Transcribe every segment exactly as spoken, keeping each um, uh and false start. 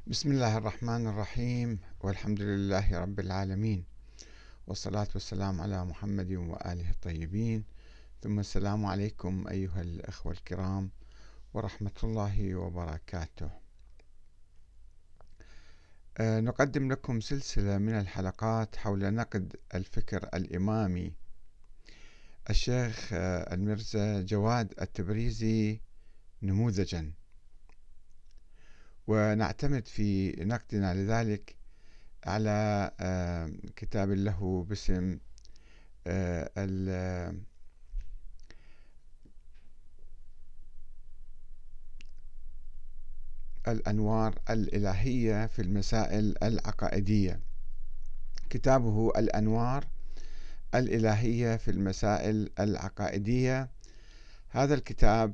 بسم الله الرحمن الرحيم، والحمد لله رب العالمين، والصلاة والسلام على محمد وآله الطيبين، ثم السلام عليكم أيها الأخوة الكرام ورحمة الله وبركاته. أه نقدم لكم سلسلة من الحلقات حول نقد الفكر الإمامي الشيخ أه الميرزا جواد التبريزي نموذجا، ونعتمد في نقدنا لذلك على كتاب له باسم الأنوار الإلهية في المسائل العقائدية. كتابه الأنوار الإلهية في المسائل العقائدية. هذا الكتاب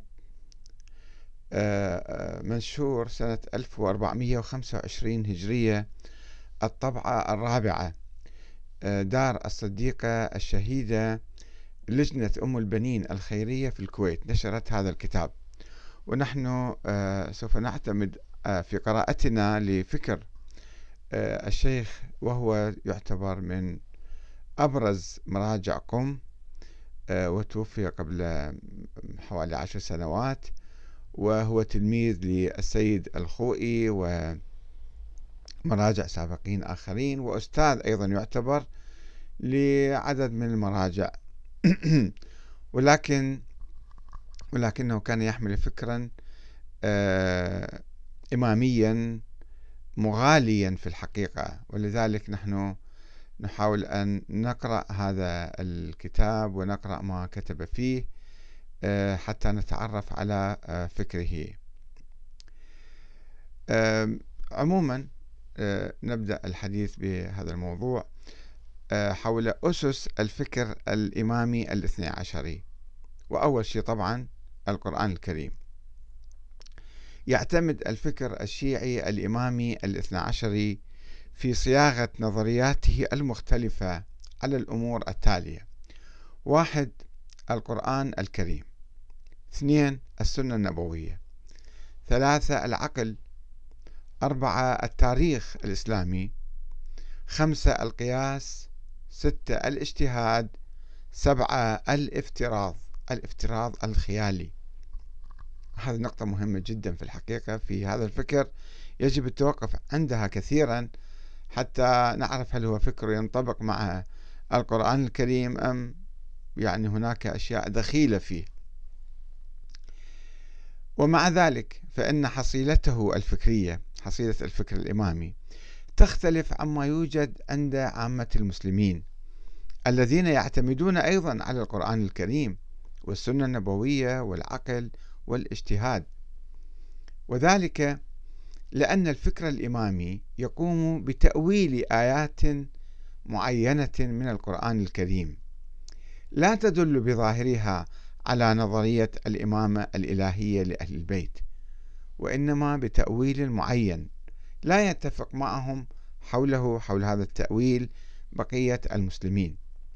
منشور سنة ألف وأربعمئة وخمسة وعشرين هجرية، الطبعة الرابعة، دار الصديقة الشهيدة لجنة أم البنين الخيرية في الكويت نشرت هذا الكتاب. ونحن سوف نعتمد في قراءتنا لفكر الشيخ، وهو يعتبر من أبرز مراجع قم، وتوفي قبل حوالي عشر سنوات، وهو تلميذ للسيد الخوئي ومراجع سابقين آخرين، وأستاذ أيضا يعتبر لعدد من المراجع ولكن ولكنه كان يحمل فكرا إماميا مغاليا في الحقيقة، ولذلك نحن نحاول أن نقرأ هذا الكتاب ونقرأ ما كتب فيه حتى نتعرف على فكره. عموما نبدأ الحديث بهذا الموضوع حول أسس الفكر الإمامي الاثني عشري. وأول شيء طبعا القرآن الكريم. يعتمد الفكر الشيعي الإمامي الاثني عشري في صياغة نظرياته المختلفة على الأمور التالية: واحد، القرآن الكريم. اثنين، السنة النبوية. ثلاثة، العقل. أربعة، التاريخ الإسلامي. خمسة، القياس. ستة، الاجتهاد. سبعة، الافتراض الافتراض الخيالي. هذه نقطة مهمة جدا في الحقيقة في هذا الفكر، يجب التوقف عندها كثيرا حتى نعرف هل هو فكر ينطبق مع القرآن الكريم أم يعني هناك أشياء دخيلة فيه. ومع ذلك فإن حصيلته الفكرية، حصيلة الفكر الإمامي، تختلف عما يوجد عند عامة المسلمين الذين يعتمدون أيضا على القرآن الكريم والسنة النبوية والعقل والاجتهاد، وذلك لأن الفكر الإمامي يقوم بتأويل آيات معينة من القرآن الكريم لا تدل بظاهرها على نظرية الإمامة الإلهية لأهل البيت، وإنما بتأويل معين لا يتفق معهم حوله حول هذا التأويل بقية المسلمين.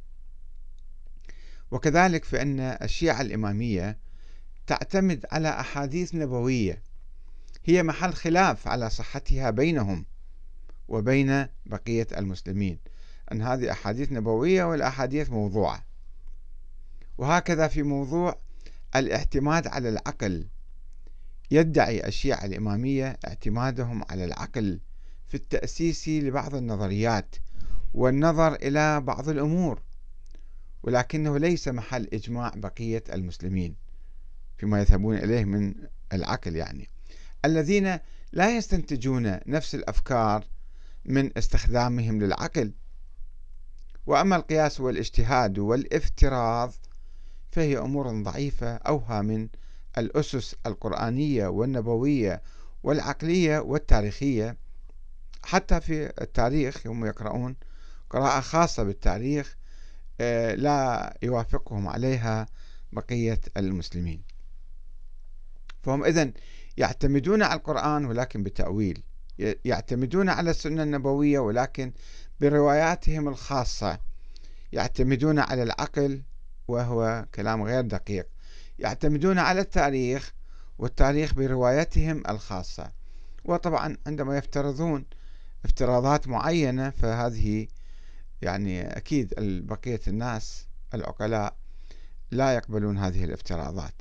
وكذلك فإن الشيعة الإمامية تعتمد على أحاديث نبوية هي محل خلاف على صحتها بينهم وبين بقية المسلمين، أن هذه أحاديث نبوية والأحاديث موضوعة. وهكذا في موضوع الاعتماد على العقل، يدعي الشيعة الإمامية اعتمادهم على العقل في التأسيس لبعض النظريات والنظر إلى بعض الأمور، ولكنه ليس محل إجماع بقية المسلمين فيما يذهبون إليه من العقل، يعني الذين لا يستنتجون نفس الأفكار من استخدامهم للعقل. وأما القياس والاجتهاد والافتراض فهي أمور ضعيفة أوهى من الأسس القرآنية والنبوية والعقلية والتاريخية. حتى في التاريخ هم يقرؤون قراءة خاصة بالتاريخ لا يوافقهم عليها بقية المسلمين. فهم إذن يعتمدون على القرآن ولكن بتأويل، يعتمدون على السنة النبوية ولكن برواياتهم الخاصة، يعتمدون على العقل وهو كلام غير دقيق، يعتمدون على التاريخ والتاريخ بروايتهم الخاصة، وطبعا عندما يفترضون افتراضات معينة فهذه يعني أكيد بقية الناس العقلاء لا يقبلون هذه الافتراضات.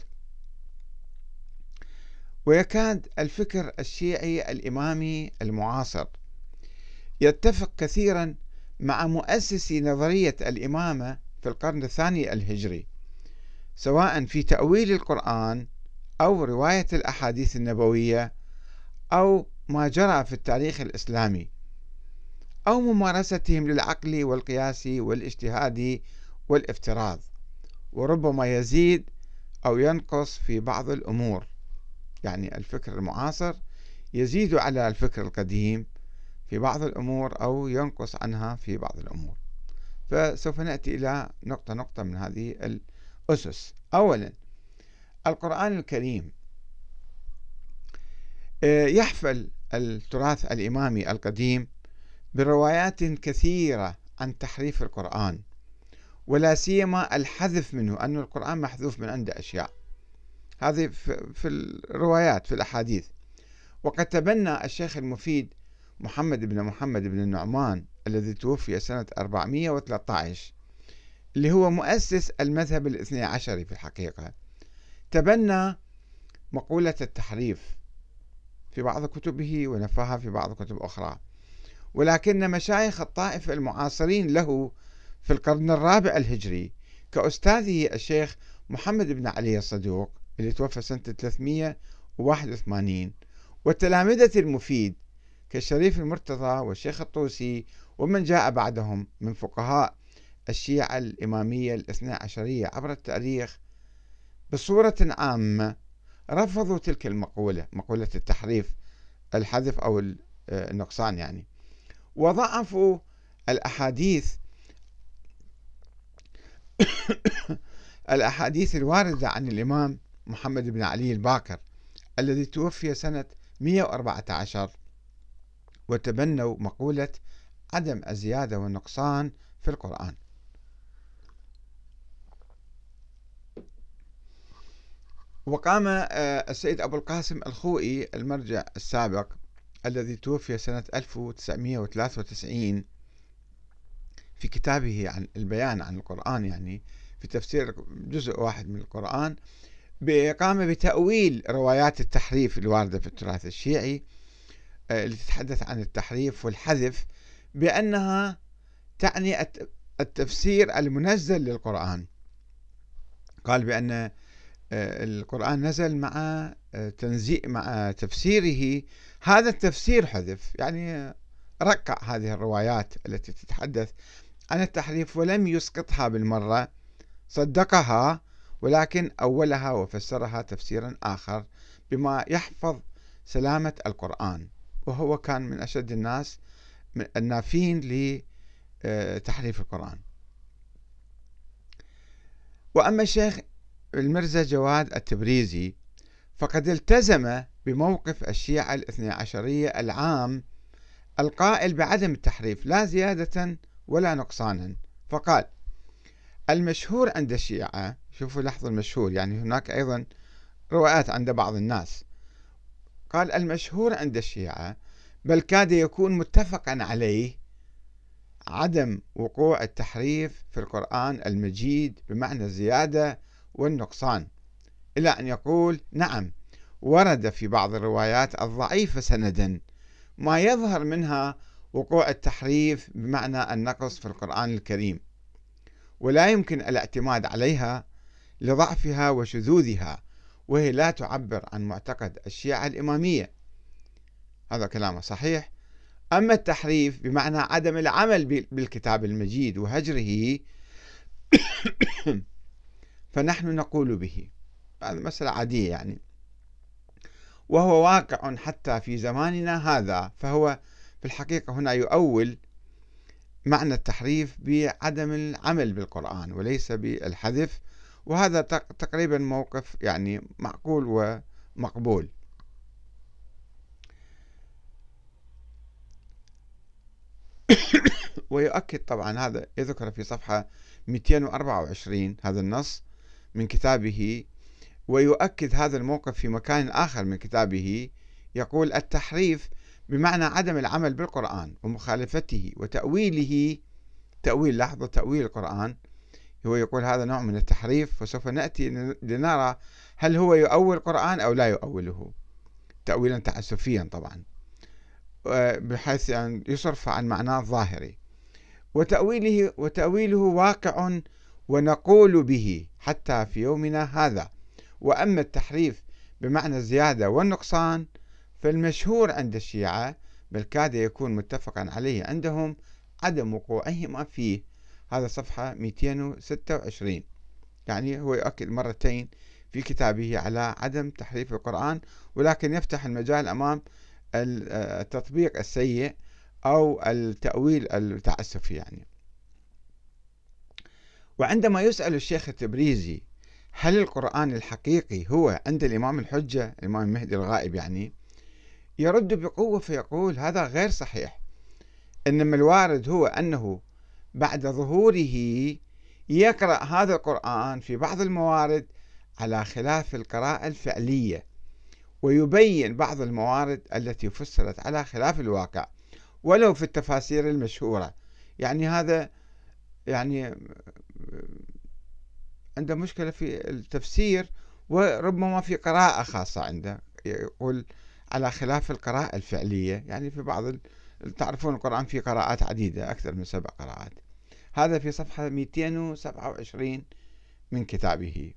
ويكاد الفكر الشيعي الإمامي المعاصر يتفق كثيرا مع مؤسسي نظرية الإمامة في القرن الثاني الهجري، سواء في تأويل القرآن أو رواية الأحاديث النبوية أو ما جرى في التاريخ الإسلامي أو ممارستهم للعقل والقياس والاجتهاد والافتراض، وربما يزيد أو ينقص في بعض الأمور. يعني الفكر المعاصر يزيد على الفكر القديم في بعض الأمور أو ينقص عنها في بعض الأمور. فسوف نأتي إلى نقطة نقطة من هذه الأسس. أولا، القرآن الكريم يحفل التراث الإمامي القديم بروايات كثيرة عن تحريف القرآن، ولا سيما الحذف منه، أن القرآن محذوف من عنده أشياء، هذه في الروايات في الأحاديث. وقد تبنى الشيخ المفيد محمد بن محمد بن النعمان الذي توفي سنة أربعمئة وثلاثة عشر، اللي هو مؤسس المذهب الاثني عشري في الحقيقة، تبنى مقولة التحريف في بعض كتبه ونفاها في بعض كتب أخرى. ولكن مشايخ الطائفة المعاصرين له في القرن الرابع الهجري كأستاذه الشيخ محمد بن علي الصدوق اللي توفى سنة ثلاثمئة وواحد وثمانين، والتلامذة المفيد كالشريف المرتضى والشيخ الطوسي ومن جاء بعدهم من فقهاء الشيعة الإمامية الاثنى عشرية عبر التاريخ بصورة عامة رفضوا تلك المقولة، مقولة التحريف، الحذف أو النقصان يعني، وضعفوا الأحاديث الأحاديث الواردة عن الإمام محمد بن علي الباكر الذي توفي سنة مئة وأربعة عشر، وتبنوا مقولة عدم الزيادة والنقصان في القرآن. وقام السيد أبو القاسم الخوئي المرجع السابق الذي توفي سنة ألف وتسعمئة وثلاثة وتسعين في كتابه عن البيان عن القرآن، يعني في تفسير جزء واحد من القرآن، قام بتأويل روايات التحريف الواردة في التراث الشيعي اللي تتحدث عن التحريف والحذف بأنها تعني التفسير المنزل للقرآن. قال بأن القرآن نزل مع تنزيل مع تفسيره، هذا التفسير حذف، يعني رقع هذه الروايات التي تتحدث عن التحريف ولم يسقطها بالمرة، صدقها ولكن أولها وفسرها تفسيرا آخر بما يحفظ سلامة القرآن، وهو كان من أشد الناس النافين لتحريف القرآن. وأما الشيخ المرزا جواد التبريزي فقد التزم بموقف الشيعة الاثني عشرية العام القائل بعدم التحريف لا زيادة ولا نقصانا، فقال: المشهور عند الشيعة، شوفوا لاحظوا المشهور، يعني هناك أيضا روايات عند بعض الناس، قال: المشهور عند الشيعة بل كاد يكون متفقا عليه عدم وقوع التحريف في القرآن المجيد بمعنى الزيادة والنقصان، إلى أن يقول: نعم، ورد في بعض الروايات الضعيفة سندا ما يظهر منها وقوع التحريف بمعنى النقص في القرآن الكريم، ولا يمكن الاعتماد عليها لضعفها وشذوذها، وهي لا تعبر عن معتقد الشيعة الإمامية. هذا كلامه صحيح. أما التحريف بمعنى عدم العمل بالكتاب المجيد وهجره فنحن نقول به، هذا مسألة عادية يعني، وهو واقع حتى في زماننا هذا. فهو في الحقيقة هنا يؤول معنى التحريف بعدم العمل بالقرآن وليس بالحذف، وهذا تقريبا موقف يعني معقول ومقبول. ويؤكد طبعا هذا يذكر في صفحة مئتين وأربعة وعشرين هذا النص من كتابه، ويؤكد هذا الموقف في مكان آخر من كتابه يقول التحريف بمعنى عدم العمل بالقرآن ومخالفته وتأويله. تأويل، لاحظوا تأويل القرآن، هو يقول هذا نوع من التحريف، وسوف نأتي لنرى هل هو يؤول القرآن أو لا يؤوله تأويلا تعسفيا طبعا، بحيث يعني يصرف عن معناه الظاهري. وتأويله وتأويله واقع ونقول به حتى في يومنا هذا. وأما التحريف بمعنى الزيادة والنقصان فالمشهور عند الشيعة، بل كاد يكون متفقا عليه عندهم، عدم وقوعهما فيه. هذا صفحة مئتين وستة وعشرين. يعني هو يؤكد مرتين في كتابه على عدم تحريف القرآن، ولكن يفتح المجال أمام التطبيق السيء أو التأويل التعسفي يعني. وعندما يسأل الشيخ التبريزي هل القرآن الحقيقي هو عند الإمام الحجة الإمام المهدي الغائب يعني، يرد بقوة فيقول هذا غير صحيح، إنما الوارد هو أنه بعد ظهوره يقرأ هذا القرآن في بعض الموارد على خلاف القراءة الفعلية، ويبين بعض الموارد التي فسرت على خلاف الواقع ولو في التفاسير المشهورة. يعني هذا يعني عنده مشكلة في التفسير، وربما في قراءة خاصة عنده، يقول على خلاف القراءة الفعلية. يعني في بعض ال... تعرفون القرآن فيه قراءات عديدة، أكثر من سبع قراءات. هذا في صفحة مئتين وسبعة وعشرين من كتابه.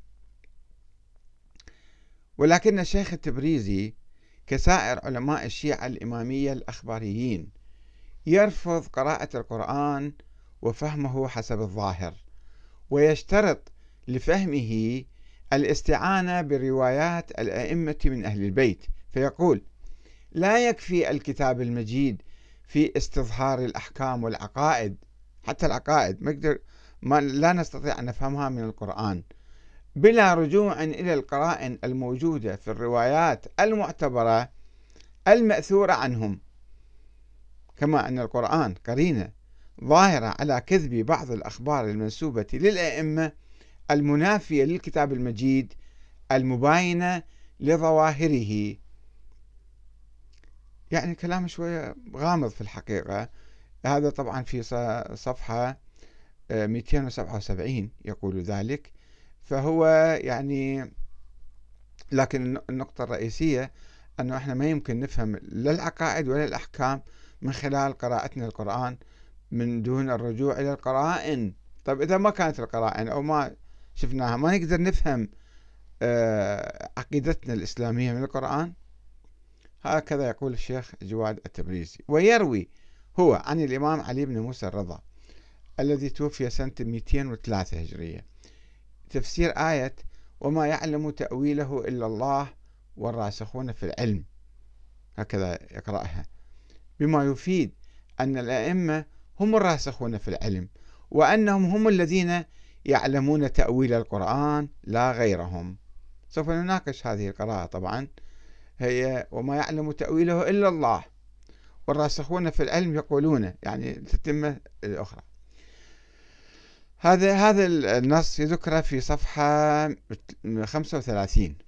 ولكن الشيخ التبريزي كسائر علماء الشيعة الإمامية الأخباريين يرفض قراءة القرآن وفهمه حسب الظاهر، ويشترط لفهمه الاستعانة بروايات الأئمة من أهل البيت، فيقول لا يكفي الكتاب المجيد في استظهار الأحكام والعقائد، حتى العقائد ما يقدر ما لا نستطيع أن نفهمها من القرآن بلا رجوع إلى القرائن الموجودة في الروايات المعتبرة المأثورة عنهم، كما أن القرآن قرينة ظاهرة على كذب بعض الأخبار المنسوبة للأئمة المنافية للكتاب المجيد المباينة لظواهره. يعني كلام شوية غامض في الحقيقة. هذا طبعا في صفحة مئتين وسبعة وسبعين يقول ذلك. فهو يعني، لكن النقطة الرئيسية أنه إحنا ما يمكن نفهم لا العقائد ولا الأحكام من خلال قراءتنا القرآن من دون الرجوع إلى القرائن. طيب إذا ما كانت القرائن أو ما شفناها ما نقدر نفهم عقيدتنا الإسلامية من القرآن. هكذا يقول الشيخ جواد التبريزي. ويروي هو عن الإمام علي بن موسى الرضا الذي توفي سنة مئتين وثلاثة هجرية تفسير آية وما يعلم تأويله إلا الله والراسخون في العلم، هكذا يقرأها، بما يفيد أن الأئمة هم الراسخون في العلم، وأنهم هم الذين يعلمون تأويل القرآن لا غيرهم. سوف نناقش هذه القراءة طبعا، هي وما يعلم تأويله إلا الله والراسخون في العلم يقولون، يعني تتمة الأخرى. هذا هذا النص يذكر في صفحة خمسة وثلاثين.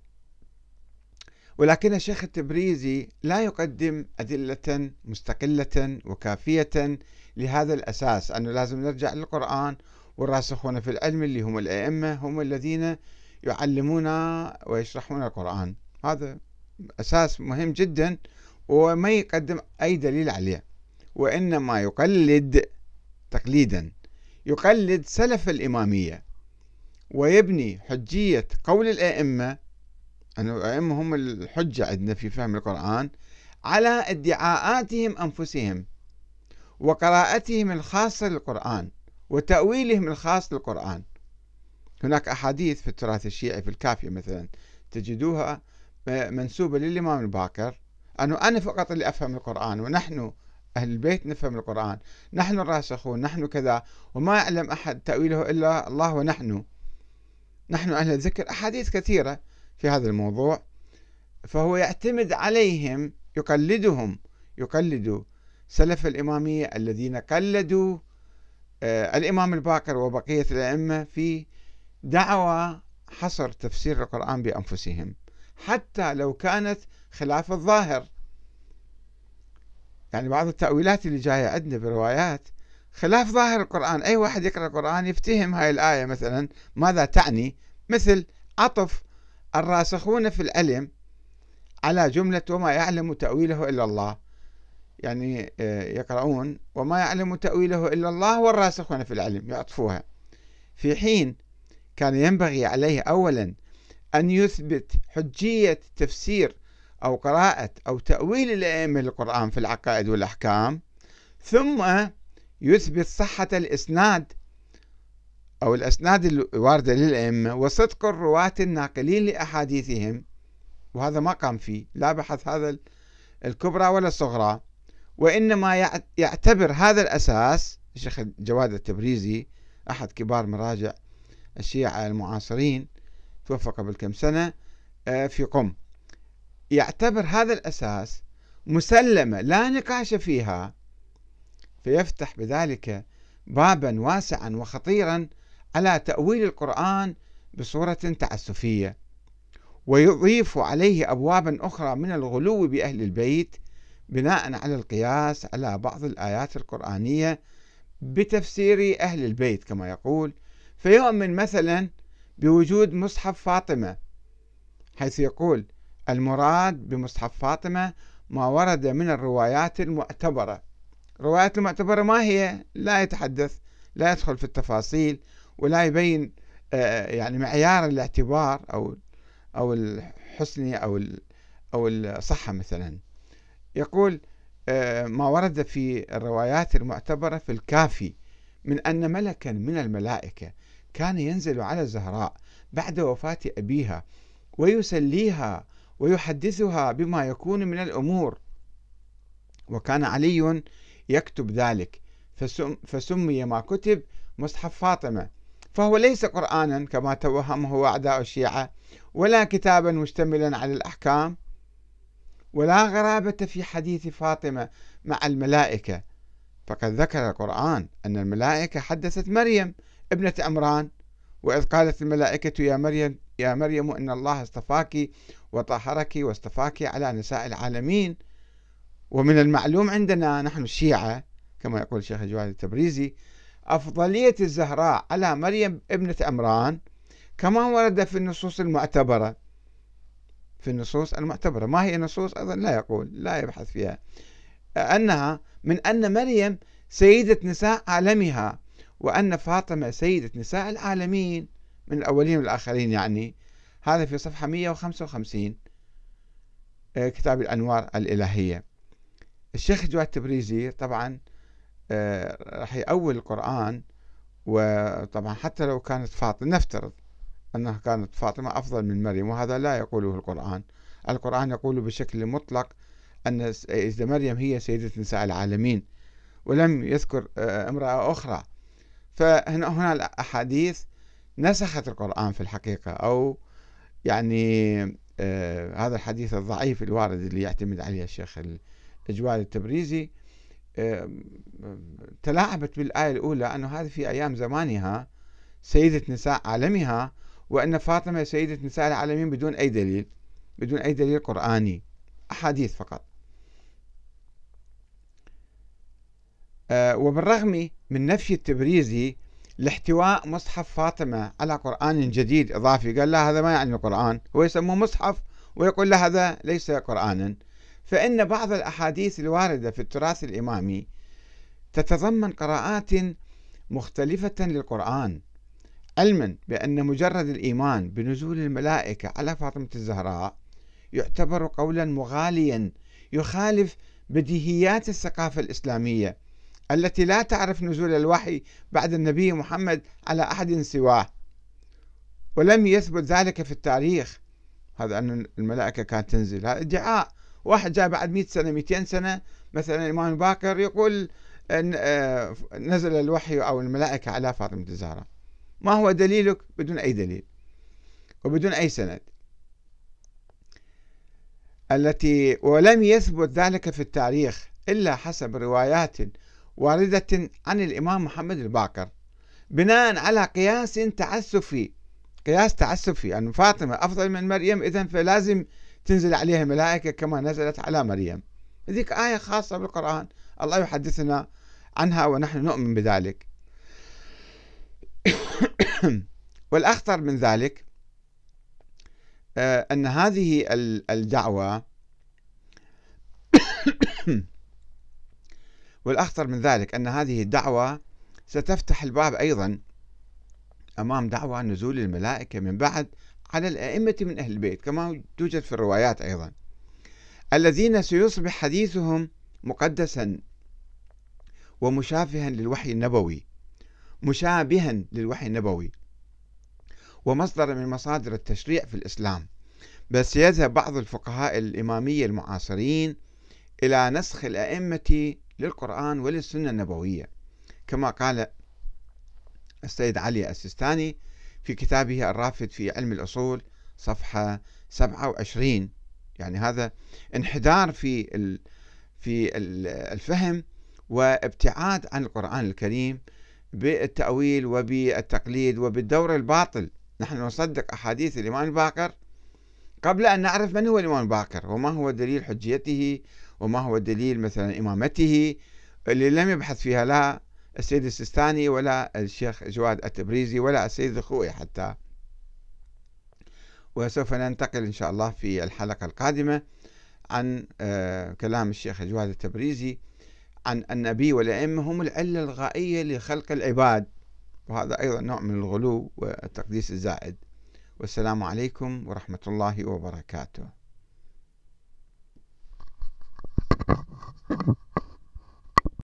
ولكن الشيخ التبريزي لا يقدم أدلة مستقلة وكافية لهذا الأساس، أنه لازم نرجع للقرآن والراسخون في العلم اللي هم الأئمة هم الذين يعلمون ويشرحون القرآن. هذا أساس مهم جدا وما يقدم أي دليل عليه، وإنما يقلد تقليدا يقلد سلف الإمامية ويبني حجية قول الأئمة أن الأئمة هم الحجة عندنا في فهم القرآن على ادعاءاتهم أنفسهم وقراءتهم الخاصة للقرآن وتأويلهم الخاص للقرآن. هناك أحاديث في التراث الشيعي في الكافية مثلا تجدوها منسوبة للإمام الباقر أنه أنا فقط اللي أفهم القرآن، ونحن أهل البيت نفهم القرآن، نحن الراسخون، نحن كذا، وما يعلم أحد تأويله إلا الله، ونحن نحن أهل الذكر. أحاديث كثيرة في هذا الموضوع. فهو يعتمد عليهم، يقلدهم، يقلد سلف الإمامية الذين قلدوا الإمام الباقر وبقية الأئمة في دعوى حصر تفسير القرآن بأنفسهم. حتى لو كانت خلاف الظاهر. يعني بعض التأويلات اللي جاية عندنا بروايات خلاف ظاهر القرآن، أي واحد يقرأ القرآن يفتهم هاي الآية مثلا ماذا تعني، مثل عطف الراسخون في العلم على جملة وما يعلم تأويله إلا الله. يعني يقرؤون وما يعلم تأويله إلا الله والراسخون في العلم، يعطفوها، في حين كان ينبغي عليه أولا أن يثبت حجية تفسير أو قراءة أو تأويل الأئمة للقرآن في العقائد والأحكام، ثم يثبت صحة الإسناد أو الأسناد الواردة للأئمة وصدق الرواة الناقلين لأحاديثهم، وهذا ما قام فيه لا بحث هذا الكبرى ولا الصغرى، وإنما يعتبر هذا الأساس. الشيخ جواد التبريزي أحد كبار مراجع الشيعة المعاصرين توفى قبل كم سنة في قم، يعتبر هذا الأساس مسلمة لا نقاش فيها، فيفتح بذلك بابا واسعا وخطيرا على تأويل القرآن بصورة تعسفية، ويضيف عليه أبوابا أخرى من الغلو بأهل البيت بناء على القياس على بعض الآيات القرآنية بتفسير أهل البيت كما يقول، فيؤمن مثلا بوجود مصحف فاطمة، حيث يقول المراد بمصحف فاطمة ما ورد من الروايات المعتبرة. الروايات المعتبرة ما هي؟ لا يتحدث، لا يدخل في التفاصيل، ولا يبين يعني معيار الاعتبار أو أو الحسن أو أو الصحة. مثلا يقول ما ورد في الروايات المعتبرة في الكافي من أن ملكا من الملائكة كان ينزل على الزهراء بعد وفاة أبيها ويسليها ويحدثها بما يكون من الأمور، وكان علي يكتب ذلك فسم فسمي ما كتب مصحف فاطمة، فهو ليس قرآنا كما توهمه أعداء الشيعة، ولا كتابا مشتملا على الأحكام، ولا غرابة في حديث فاطمة مع الملائكة، فقد ذكر القرآن أن الملائكة حدثت مريم ابنة عمران، وإذ قالت الملائكة يا مريم يا مريم إن الله اصطفاك وطهرك واصطفاك على نساء العالمين. ومن المعلوم عندنا نحن الشيعة كما يقول الشيخ جواد التبريزي أفضلية الزهراء على مريم ابنة عمران كما ورد في النصوص المعتبرة. في النصوص المعتبرة، ما هي نصوص أيضا لا يقول، لا يبحث فيها، أنها من أن مريم سيدة نساء عالمها، وأن فاطمة سيدة نساء العالمين من الأولين والآخرين. يعني هذا في صفحة مئة وخمسة وخمسين كتاب الأنوار الإلهية. الشيخ جواد التبريزي طبعا راح يأول القرآن، وطبعا حتى لو كانت فاطمة، نفترض أنها كانت فاطمة أفضل من مريم، وهذا لا يقوله القرآن. القرآن يقول بشكل مطلق أن إذا مريم هي سيدة نساء العالمين، ولم يذكر امرأة أخرى. فهنا هنا الأحاديث نسخت القرآن في الحقيقة، أو يعني آه هذا الحديث الضعيف الوارد اللي يعتمد عليه الشيخ الجواد التبريزي آه تلاعبت بالآية الأولى أنه هذه في أيام زمانها سيدة نساء عالمها، وأن فاطمة سيدة نساء العالمين بدون أي دليل، بدون أي دليل قرآني، أحاديث فقط. آه وبالرغم من نفي التبريزي لاحتواء مصحف فاطمة على قرآن جديد إضافي، قال لا هذا ما يعني القرآن، هو يسموه مصحف ويقول لا هذا ليس قرآنا، فإن بعض الأحاديث الواردة في التراث الإمامي تتضمن قراءات مختلفة للقرآن، علما بأن مجرد الإيمان بنزول الملائكة على فاطمة الزهراء يعتبر قولا مغاليا يخالف بديهيات الثقافة الإسلامية التي لا تعرف نزول الوحي بعد النبي محمد على أحد سواه، ولم يثبت ذلك في التاريخ، هذا أن الملائكة كانت تنزل، هذا ادعاء. واحد جاء بعد مئة سنة مئتين سنة مثلا الإمام الباقر يقول أن نزل الوحي أو الملائكة على فاطمة الزهراء، ما هو دليلك؟ بدون أي دليل وبدون أي سند، التي ولم يثبت ذلك في التاريخ إلا حسب روايات واردة عن الإمام محمد الباقر بناء على قياس تعسفي، قياس تعسفي أن يعني فاطمة أفضل من مريم، إذن فلازم تنزل عليها ملائكة كما نزلت على مريم. هذيك آية خاصة بالقرآن الله يحدثنا عنها ونحن نؤمن بذلك. والأخطر من ذلك أن هذه الدعوة والأخطر من ذلك أن هذه الدعوة ستفتح الباب أيضا أمام دعوة نزول الملائكة من بعد على الأئمة من أهل البيت، كما توجد في الروايات أيضا، الذين سيصبح حديثهم مقدسا ومشافها للوحي النبوي، مشابها للوحي النبوي ومصدر من مصادر التشريع في الإسلام. بس يذهب بعض الفقهاء الإمامية المعاصرين إلى نسخ الأئمة للقرآن وللسنة النبوية، كما قال السيد علي السيستاني في كتابه الرافد في علم الأصول صفحة سبعة وعشرين. يعني هذا انحدار في في الفهم وابتعاد عن القرآن الكريم بالتأويل وبالتقليد وبالدور الباطل. نحن نصدق أحاديث الإمام الباقر قبل أن نعرف من هو الإمام الباقر وما هو دليل حجيته وما هو دليل مثلا إمامته، اللي لم يبحث فيها لا السيد السيستاني ولا الشيخ جواد التبريزي ولا السيد الخوئي حتى. وسوف ننتقل إن شاء الله في الحلقة القادمة عن كلام الشيخ جواد التبريزي عن النبي والأئمة هم العلة الغائية لخلق العباد، وهذا أيضا نوع من الغلو والتقديس الزائد. والسلام عليكم ورحمة الله وبركاته.